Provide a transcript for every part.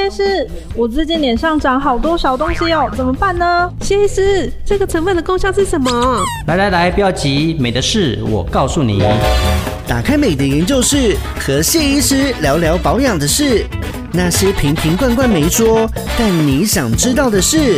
谢医师，我最近脸上长好多小东西哦，怎么办呢？ 谢医师，这个成分的功效是什么？ 来，不要急，美的事我告诉你。 打开美的研究室，和谢医师聊聊保养的事，那些瓶瓶罐罐没说，但你想知道的事。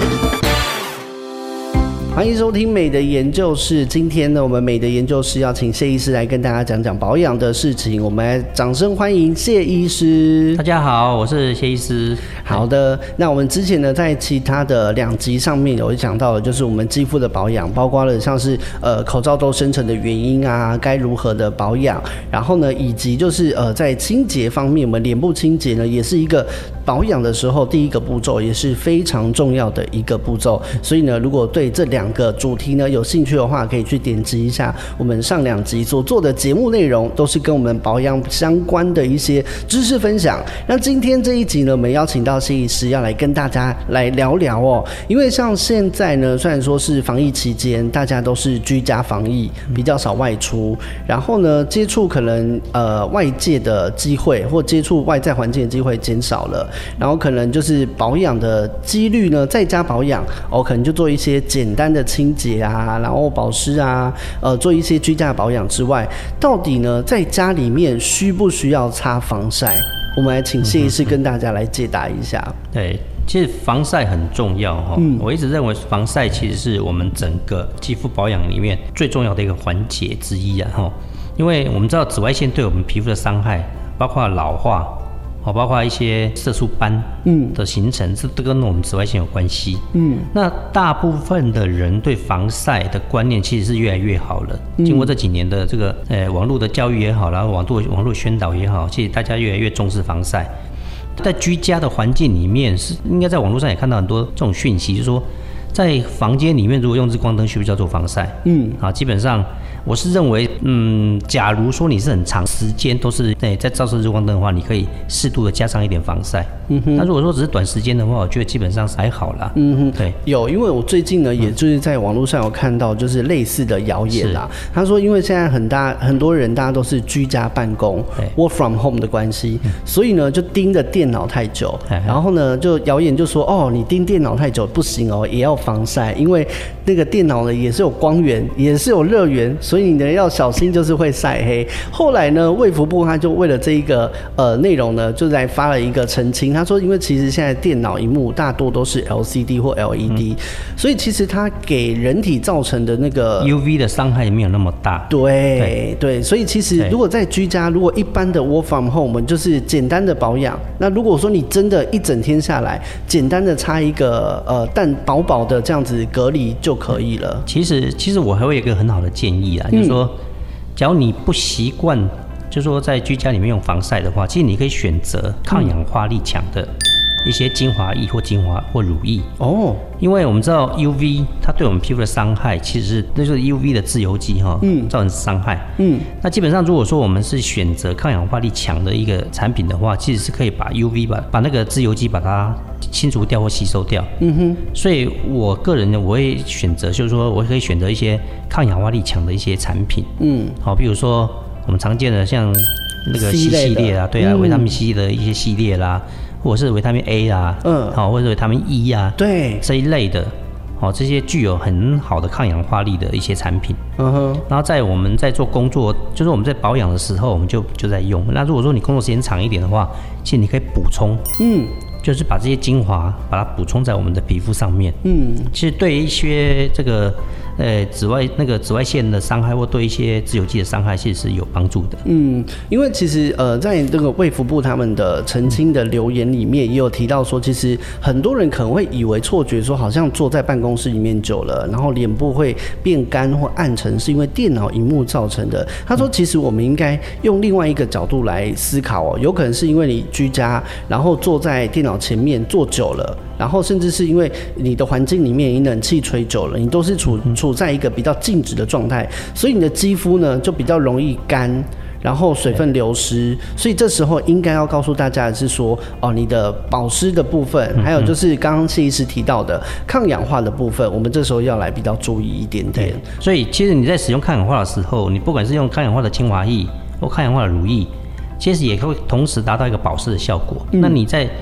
欢迎收听美的研究室。今天呢，我们美的研究室要请谢医师来跟大家讲讲保养的事情。我们来掌声欢迎谢医师。 大家好，我是谢医师。 好的，那我们之前呢，在其他的2集上面有讲到的，就是我们肌肤的保养，包括了像是口罩痘生成的原因啊，该如何的保养，然后呢，以及就是在清洁方面，我们脸部清洁呢，也是一个保养的时候第一个步骤，也是非常重要的一个步骤。所以呢，如果对这2个主题呢有兴趣的话，可以去点击一下我们上2集所做的节目内容，都是跟我们保养相关的一些知识分享。那今天这一集呢，我们邀请到谢医师要来跟大家来聊聊哦。因为像现在呢，虽然说是防疫期间，大家都是居家防疫，比较少外出，然后呢，接触可能外界的机会或接触外在环境的机会减少了，然后可能就是保养的几率呢，在家保养可能就做一些简单的清洁啊，然后保湿啊，做一些居家的保养之外，到底呢，在家里面需不需要擦防晒？我们来请谢医师跟大家来解答一下。 对，其实防晒很重要哈。我一直认为防晒其实是我们整个肌肤保养里面最重要的一个环节之一啊哈。因为我们知道紫外线对我们皮肤的伤害，包括老化。包括一些色素斑的形成，这都跟我们紫外线有关系。那大部分的人对防晒的观念其实是越来越好了。经过这几年的这个网络的教育也好，然后网络宣导也好，其实大家越来越重视防晒。在居家的环境里面，是应该在网络上也看到很多这种讯息，就是说在房间里面如果用日光灯，需不需要做防晒？基本上我是认为，假如说你是很长时间都是在照射日光灯的话，你可以适度的加上一点防晒。那如果说只是短时间的话，我觉得基本上还好啦。对，因为我最近呢，也就是在网络上有看到就是类似的谣言啦。他说，因为现在很多人大家都是居家办公 ，work from home 的关系，所以呢就盯着电脑太久，然后呢就谣言就说，你盯电脑太久不行哦，也要防晒，因为那个电脑呢也是有光源，也是有热源。所以你呢要小心，就是会晒黑。后来呢，卫福部他就为了这一个内容呢，就来发了一个澄清。他说，因为其实现在电脑萤幕大多都是 LCD 或 LED，所以其实它给人体造成的那个 UV 的伤害也没有那么大。 对，所以其实如果在居家，如果一般的 work from home， 我们就是简单的保养。那如果说你真的一整天下来，简单的擦一个但薄薄的这样子隔离就可以了。 其实我还会有一个很好的建议啊。就是说，假如你不习惯，就是说在居家里面用防晒的话，其实你可以选择抗氧化力强的一些精华液或乳液。因为我们知道 UV 它对我们皮肤的伤害，其实那就是 UV 的自由基造成伤害。那基本上如果说我们是选择抗氧化力强的一个产品的话，其实是可以把 UV 把那个自由基把它清除掉或吸收掉。所以我个人呢，我会选择，就是说我可以选择一些抗氧化力强的一些产品。比如说我们常见的像那个 C 系列啊，对啊，维他命 C 的一些系列啦，或者是维他命 A 啦，或者是维他命 E 啊， 对， 这一类的，这些具有很好的抗氧化力的一些产品。然后在我们在做工作，就是我们在保养的时候，我们就在用。那如果说你工作时间长一点的话，其实你可以补充。就是把这些精华把它补充在我们的皮肤上面。其实对一些这个紫外线的伤害，或对一些自由基的伤害，其实是有帮助的。 因为其实在这个卫福部他们的澄清的留言里面也有提到说，其实很多人可能会以为错觉说，好像坐在办公室里面久了，然后脸部会变干或暗沉，是因为电脑萤幕造成的。他说，其实我们应该用另外一个角度来思考有可能是因为你居家，然后坐在电脑前面坐久了，然后甚至是因为你的环境里面你冷气吹久了，你都是处在一个比较静止的状态，所以你的肌肤呢就比较容易干，然后水分流失，所以这时候应该要告诉大家的是说，你的保湿的部分，还有就是刚刚谢医师提到的抗氧化的部分，我们这时候要来比较注意一点点。 所以其实你在使用抗氧化的时候，你不管是用抗氧化的精华液或抗氧化的乳液，其实也会同时达到一个保湿的效果。那你在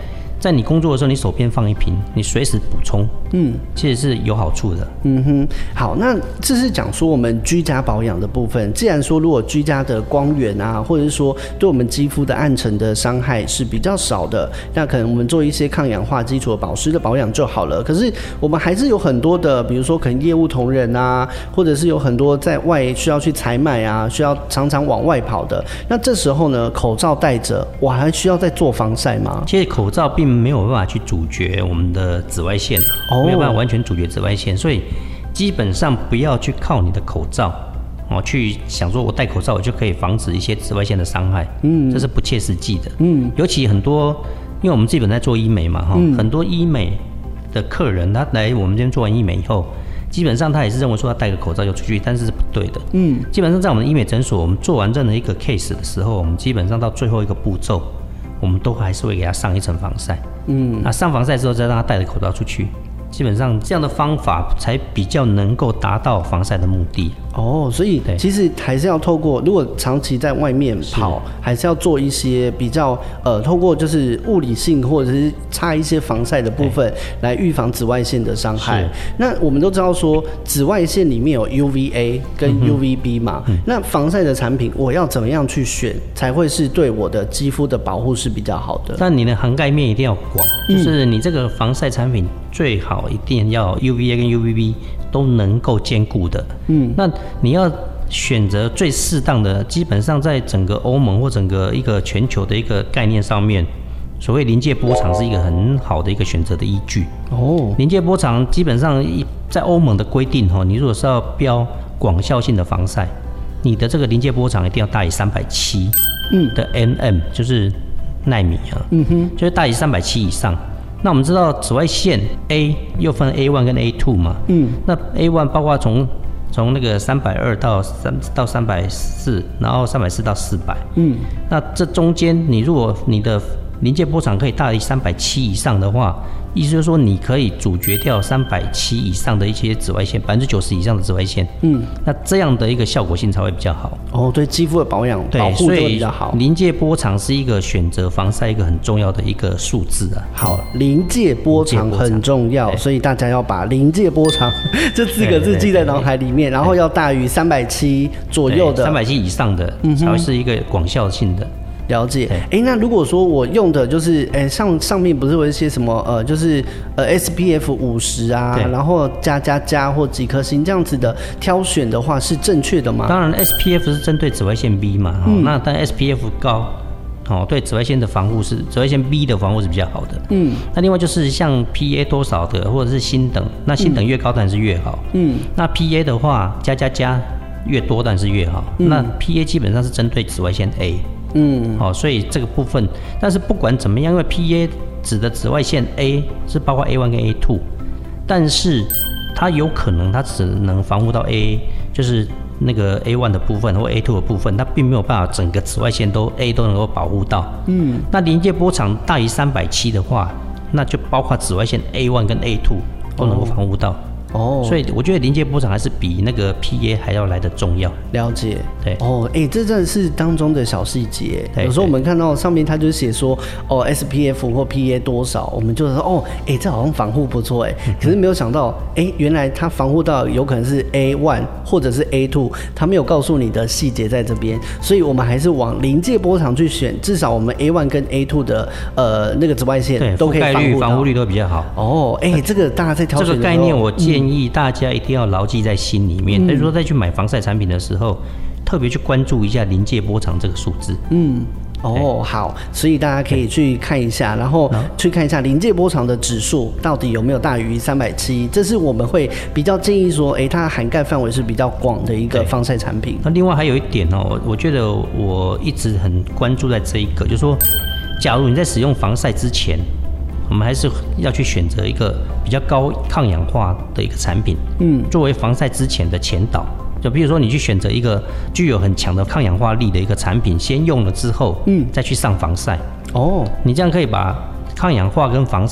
在你工作的时候，你手边放一瓶，你随时补充，其实是有好处的。 好，那这是讲说我们居家保养的部分。既然说如果居家的光源啊，或者是说对我们肌肤的暗沉的伤害是比较少的，那可能我们做一些抗氧化基础的保湿的保养就好了。可是我们还是有很多的，比如说可能业务同仁啊，或者是有很多在外需要去采买啊，需要常常往外跑的。那这时候呢，口罩戴着，我还需要再做防晒吗？ 其实口罩并没有办法去阻绝我们的紫外线，没有办法完全阻绝紫外线，所以基本上不要去靠你的口罩去想说我戴口罩我就可以防止一些紫外线的伤害，这是不切实际的。尤其很多，因为我们基本在做医美嘛，很多医美的客人他来我们这边做完医美以后，基本上他也是认为说他戴个口罩就出去，但是是不对的。基本上在我们的医美诊所，我们做完任何一个 case 的时候，我们基本上到最后一个步骤，我们都还是会给他上一层防晒。那上防晒之后再让他戴着口罩出去，基本上这样的方法才比较能够达到防晒的目的。 所以其实还是要透过，如果长期在外面跑，还是要做一些比较透过就是物理性或者是擦一些防晒的部分来预防紫外线的伤害。那我们都知道说紫外线里面有 UVA 跟 UVB 嘛，那防晒的产品我要怎么样去选才会是对我的肌肤的保护是比较好的？ 但你的涵盖面一定要广，就是你这个防晒产品最好一定要 UVA 跟 UVB 都能够兼顾的。那你要选择最适当的，基本上在整个欧盟或整个一个全球的一个概念上面，所谓临界波长是一个很好的一个选择的依据。临界波长基本上在欧盟的规定，你如果是要标广效性的防晒，你的这个临界波长一定要大于370的 nm， 就是奈米啊，就是大于370以上。那我们知道紫外线 A 又分 A1 跟 A2 嘛，那 A1 包括从那个320到340，然后340到400，那这中间如果你的临界波长可以大于370以上的话，意思就是说你可以阻绝掉370以上的一些紫外线，90%以上的紫外线，那这样的一个效果性才会比较好。 对肌肤的保养保护就会比较好。 临界波长是一个选择防晒一个很重要的一个数字啊。 好，临界波长很重要，所以大家要把临界波长这4个字记在脑海里面，然后要大于370左右的 ，370以上的才会是一个广效性的。 了解。那如果说我用的就是上面不是有一些什么就是SPF 50啊，然后加或几颗星这样子的挑选的话是正确的吗？ 当然 SPF 是针对紫外线 B 嘛，那但 SPF 高对紫外线的防护是紫外线 B 的防护是比较好的。那另外就是像 PA 多少的或者是星等，那星等越高当然是越好。那 PA 的话加越多当然是越好。那 PA 基本上是针对紫外线 A。所以这个部分，但是不管怎么样，因为 PA 指的紫外线 A 是包括 A1 跟 A2， 但是它有可能它只能防护到 A， 就是那个 A1 的部分或 A2 的部分，它并没有办法整个紫外线都 A 都能够保护到。那临界波长大于370的话，那就包括紫外线 A1 跟 A2 都能够防护到。所以我觉得临界波长还是比那个 PA 还要来得重要。了解。对。这真的是当中的小细节。有时候我们看到上面它就写说SPF 或 PA 多少，我们就说这好像防护不错可是没有想到原来它防护到有可能是 A1 或者是 A2， 它没有告诉你的细节在这边，所以我们还是往临界波长去选，至少我们 A1 跟 A2 的那个紫外线都可以防护率都比较好。 这个大家在挑选的时候， 这个概念我建议大家一定要牢记在心里面。所以说在去买防晒产品的时候，特别去关注一下临界波长这个数字。好，所以大家可以去看一下，然后去看一下临界波长的指数到底有没有大于370，这是我们会比较建议说，它涵盖范围是比较广的一个防晒产品。那另外还有一点我觉得我一直很关注在这一个，就是说，假如你在使用防晒之前，我们还是要去选择一个比较高抗氧化的一个产品，作为防晒之前的前导。就比如说你去选择一个具有很强的抗氧化力的一个产品，先用了之后，再去上防晒。你这样可以把抗氧化跟防晒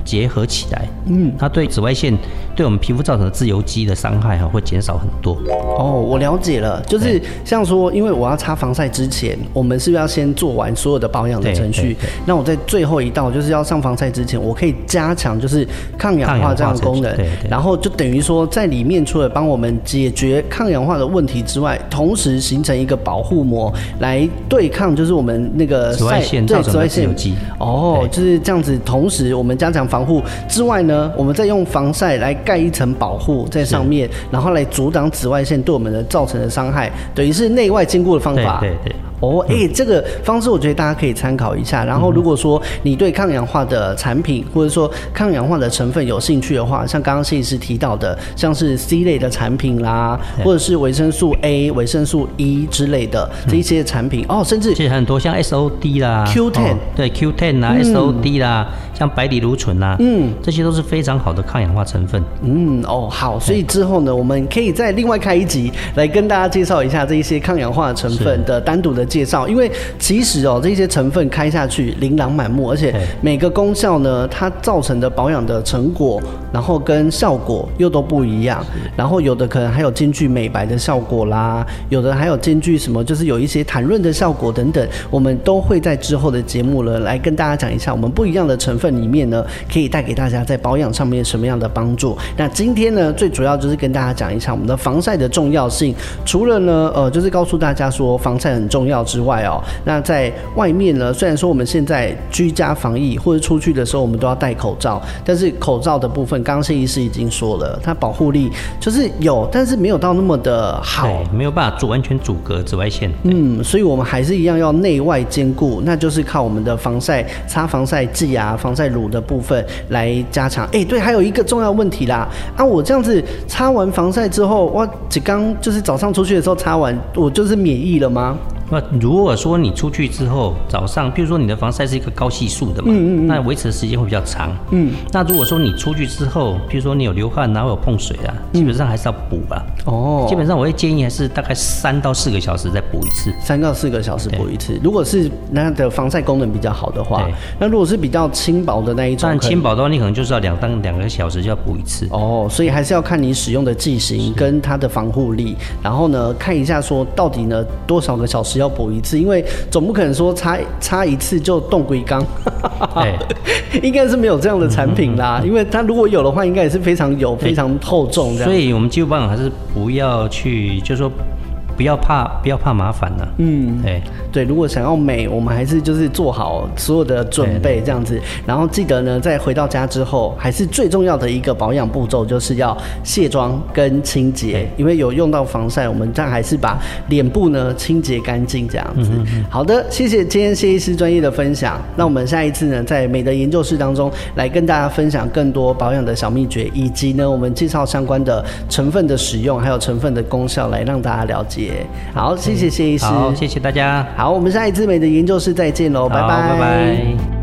结合起来，它对紫外线对我们皮肤造成的自由基的伤害会减少很多。 哦，我了解了，就是像说，因为我要擦防晒之前，我们是不是要先做完所有的保养的程序？那我在最后一道就是要上防晒之前，我可以加强就是抗氧化这样的功能，然后就等于说在里面除了帮我们解决抗氧化的问题之外，同时形成一个保护膜来对抗就是我们那个紫外线造成的自由基。 哦，就是这样子。同时我们加强防护之外呢，我们再用防晒来盖一层保护在上面，然后来阻挡紫外线对我们的造成的伤害，等于是内外兼顾的方法。 对。 哦，这个方式我觉得大家可以参考一下。然后，如果说你对抗氧化的产品或者说抗氧化的成分有兴趣的话，像刚刚谢医师提到的，像是 C 类的产品啦，或者是维生素 A、维生素 E 之类的这一些产品甚至其实很多像 SOD 啦、 Q10， 对 Q10 啦、SOD 啦，像白藜芦醇啦，这些都是非常好的抗氧化成分。 好，所以之后呢，我们可以再另外开一集来跟大家介绍一下这一些抗氧化的成分的单独的介绍，因为其实这些成分开下去琳琅满目，而且每个功效呢，它造成的保养的成果，然后跟效果又都不一样，然后有的可能还有兼具美白的效果啦，有的还有兼具什么就是有一些弹润的效果等等，我们都会在之后的节目呢来跟大家讲一下我们不一样的成分里面呢可以带给大家在保养上面什么样的帮助。那今天呢最主要就是跟大家讲一下我们的防晒的重要性，除了呢就是告诉大家说防晒很重要之外那在外面呢，虽然说我们现在居家防疫或者出去的时候我们都要戴口罩，但是口罩的部分刚刚谢医师已经说了，它保护力就是有，但是没有到那么的好， 没有办法完全阻隔紫外线。 所以我们还是一样要内外兼顾，那就是靠我们的防晒擦防晒剂啊、防晒乳的部分来加强。对，还有一个重要问题啦，我这样子擦完防晒之后，哇，刚就是早上出去的时候擦完，我就是免疫了吗？ 那如果说你出去之后早上，譬如说你的防晒是一个高系数的嘛，那维持的时间会比较长。那如果说你出去之后，譬如说你有流汗，然后有碰水啊，基本上还是要补啊。基本上我会建议还是大概3到4个小时再补一次。 3到4个小时补一次。如果是那的防晒功能比较好的话，那如果是比较轻薄的那一种， 但轻薄的话，你可能就是要2个小时就要补一次。 所以还是要看你使用的剂型跟它的防护力，然后呢看一下说到底呢多少个小时要补一次，因为总不可能说擦一次就冻龟缸，应该是没有这样的产品啦。因为它如果有的话，应该也是非常厚重这样。 所以我们肌肤保养还是不要去，就是说不要怕麻烦了。 对，如果想要美，我们还是就是做好所有的准备这样子。然后记得呢，在回到家之后，还是最重要的一个保养步骤，就是要卸妆跟清洁。因为有用到防晒，我们这样还是把脸部呢清洁干净这样子。好的，谢谢今天谢医师专业的分享。那我们下一次呢，在美的研究室当中来跟大家分享更多保养的小秘诀，以及呢我们介绍相关的成分的使用，还有成分的功效，来让大家了解。好，谢谢谢医师。 好，谢谢大家。 好，我们下一次美的研究室再见喽，拜拜。 拜拜。